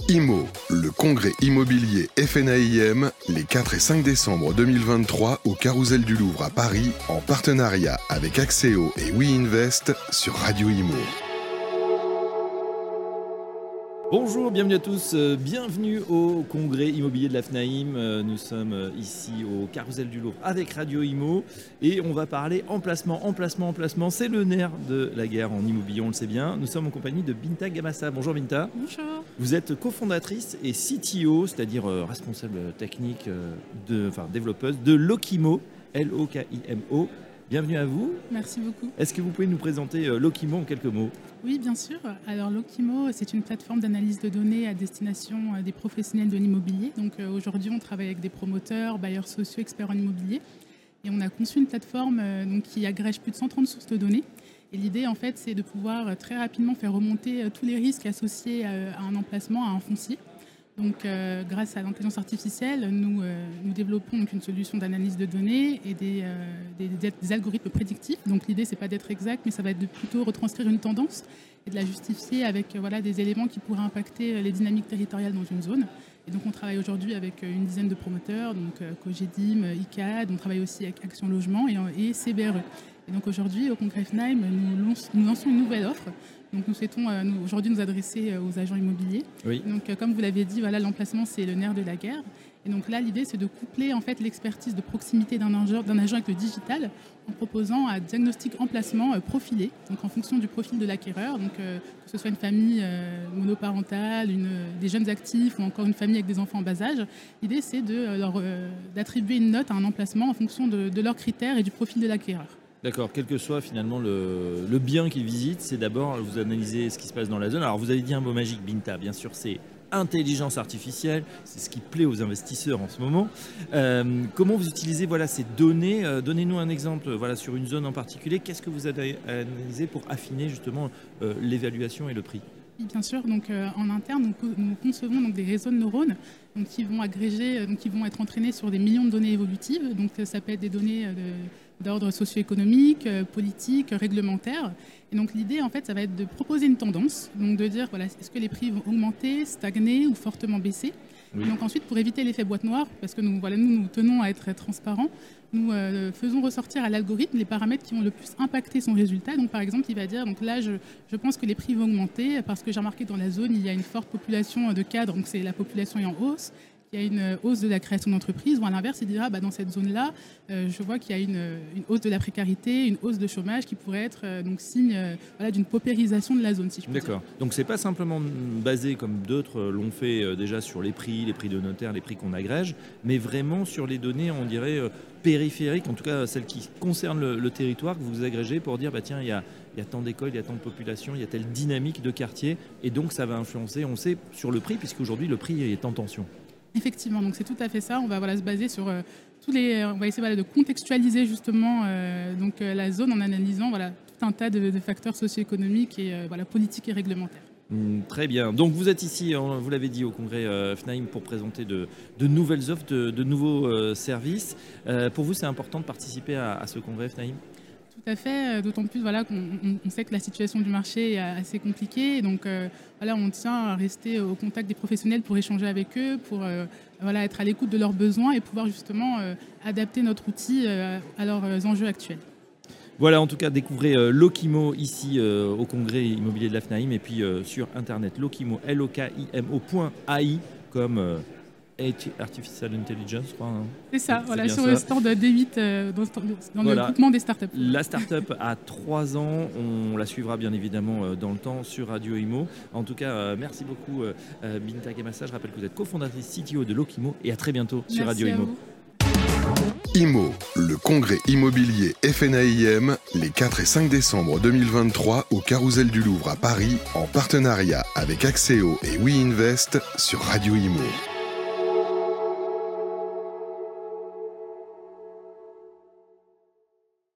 IMO, le congrès immobilier FNAIM, les 4 et 5 décembre 2023 au Carrousel du Louvre à Paris, en partenariat avec Axéo et WeInvest sur Radio IMO. Bonjour, bienvenue à tous, bienvenue au congrès immobilier de la FNAIM. Nous sommes ici au Carrousel du Louvre avec Radio IMO et on va parler emplacement. C'est le nerf de la guerre en immobilier, on le sait bien. Nous sommes en compagnie de Binta Gamassa. Bonjour Binta. Bonjour. Vous êtes cofondatrice et CTO, c'est-à-dire responsable technique, développeuse de Lokimo, L-O-K-I-M-O. Bienvenue à vous. Merci beaucoup. Est-ce que vous pouvez nous présenter Lokimo en quelques mots ? Oui, bien sûr. Alors Lokimo, c'est une plateforme d'analyse de données à destination des professionnels de l'immobilier. Donc aujourd'hui, on travaille avec des promoteurs, bailleurs sociaux, experts en immobilier. Et on a conçu une plateforme qui agrège plus de 130 sources de données. Et l'idée, en fait, c'est de pouvoir très rapidement faire remonter tous les risques associés à un emplacement, à un foncier. Donc, grâce à l'intelligence artificielle, nous développons donc une solution d'analyse de données et des algorithmes prédictifs. Donc, l'idée, c'est pas d'être exact, mais ça va être de plutôt retranscrire une tendance et de la justifier avec des éléments qui pourraient impacter les dynamiques territoriales dans une zone. Et donc, on travaille aujourd'hui avec une dizaine de promoteurs, donc Cogedim, ICAD, on travaille aussi avec Action Logement et CBRE. Et donc, aujourd'hui, au congrès FNAIM, nous lançons une nouvelle offre. Donc nous souhaitons aujourd'hui nous adresser aux agents immobiliers. Oui. Donc comme vous l'avez dit, l'emplacement c'est le nerf de la guerre. Et donc là l'idée c'est de coupler en fait l'expertise de proximité d'un agent avec le digital en proposant un diagnostic emplacement profilé, donc en fonction du profil de l'acquéreur, donc que ce soit une famille monoparentale, des jeunes actifs ou encore une famille avec des enfants en bas âge. L'idée c'est d'attribuer une note à un emplacement en fonction de leurs critères et du profil de l'acquéreur. D'accord, quel que soit finalement le bien qu'ils visitent, c'est d'abord vous analyser ce qui se passe dans la zone. Alors vous avez dit un mot magique, Binta, bien sûr c'est intelligence artificielle, c'est ce qui plaît aux investisseurs en ce moment. Comment vous utilisez ces données ? Donnez-nous un exemple sur une zone en particulier. Qu'est-ce que vous avez analysé pour affiner justement l'évaluation et le prix ? Oui, bien sûr. Donc, en interne, nous concevons donc, des réseaux de neurones qui vont agréger, qui vont être entraînés sur des millions de données évolutives. Donc, ça peut être des données d'ordre socio-économique, politique, réglementaire. Et donc, l'idée, en fait, ça va être de proposer une tendance. Donc, de dire, est-ce que les prix vont augmenter, stagner ou fortement baisser ? Oui. Donc ensuite, pour éviter l'effet boîte noire, parce que nous tenons à être transparents, nous faisons ressortir à l'algorithme les paramètres qui vont le plus impacter son résultat. Donc par exemple, il va dire, donc là, je pense que les prix vont augmenter parce que j'ai remarqué que dans la zone, il y a une forte population de cadres, donc c'est la population est en hausse. Il y a une hausse de la création d'entreprises, ou à l'inverse, il dira dans cette zone-là, je vois qu'il y a une hausse de la précarité, une hausse de chômage qui pourrait être signe d'une paupérisation de la zone, si je peux dire. D'accord. Donc c'est pas simplement basé comme d'autres l'ont fait déjà sur les prix de notaire, les prix qu'on agrège, mais vraiment sur les données, on dirait périphériques, en tout cas celles qui concernent le territoire que vous agrégez pour dire tiens, il y a tant d'écoles, il y a tant de population, il y a telle dynamique de quartier, et donc ça va influencer, on sait, sur le prix, puisqu'aujourd'hui le prix est en tension. Effectivement, donc c'est tout à fait ça. On va se baser sur on va essayer de contextualiser justement la zone en analysant tout un tas de facteurs socio-économiques et politiques et réglementaires. Très bien. Donc vous êtes ici, vous l'avez dit, au congrès FNAIM pour présenter de nouvelles offres, de nouveaux services. Pour vous, c'est important de participer à ce congrès FNAIM ? Tout à fait, d'autant plus qu'on sait que la situation du marché est assez compliquée. Donc on tient à rester au contact des professionnels pour échanger avec eux, pour être à l'écoute de leurs besoins et pouvoir justement adapter notre outil à leurs enjeux actuels. Voilà, en tout cas, découvrez Lokimo ici au congrès immobilier de la FNAIM et puis sur internet Lokimo, Lokimo.ai comme Artificial Intelligence, je crois. Hein. C'est ça, sur le stand D8 dans le groupement des startups. La startup a 3 ans, on la suivra bien évidemment dans le temps sur Radio IMO. En tout cas, merci beaucoup Binta Gamassa. Je rappelle que vous êtes cofondatrice CTO de Lokimo et à très bientôt sur Radio IMO. IMO, le congrès immobilier FNAIM, les 4 et 5 décembre 2023 au Carrousel du Louvre à Paris, en partenariat avec Axéo et WeInvest sur Radio IMO.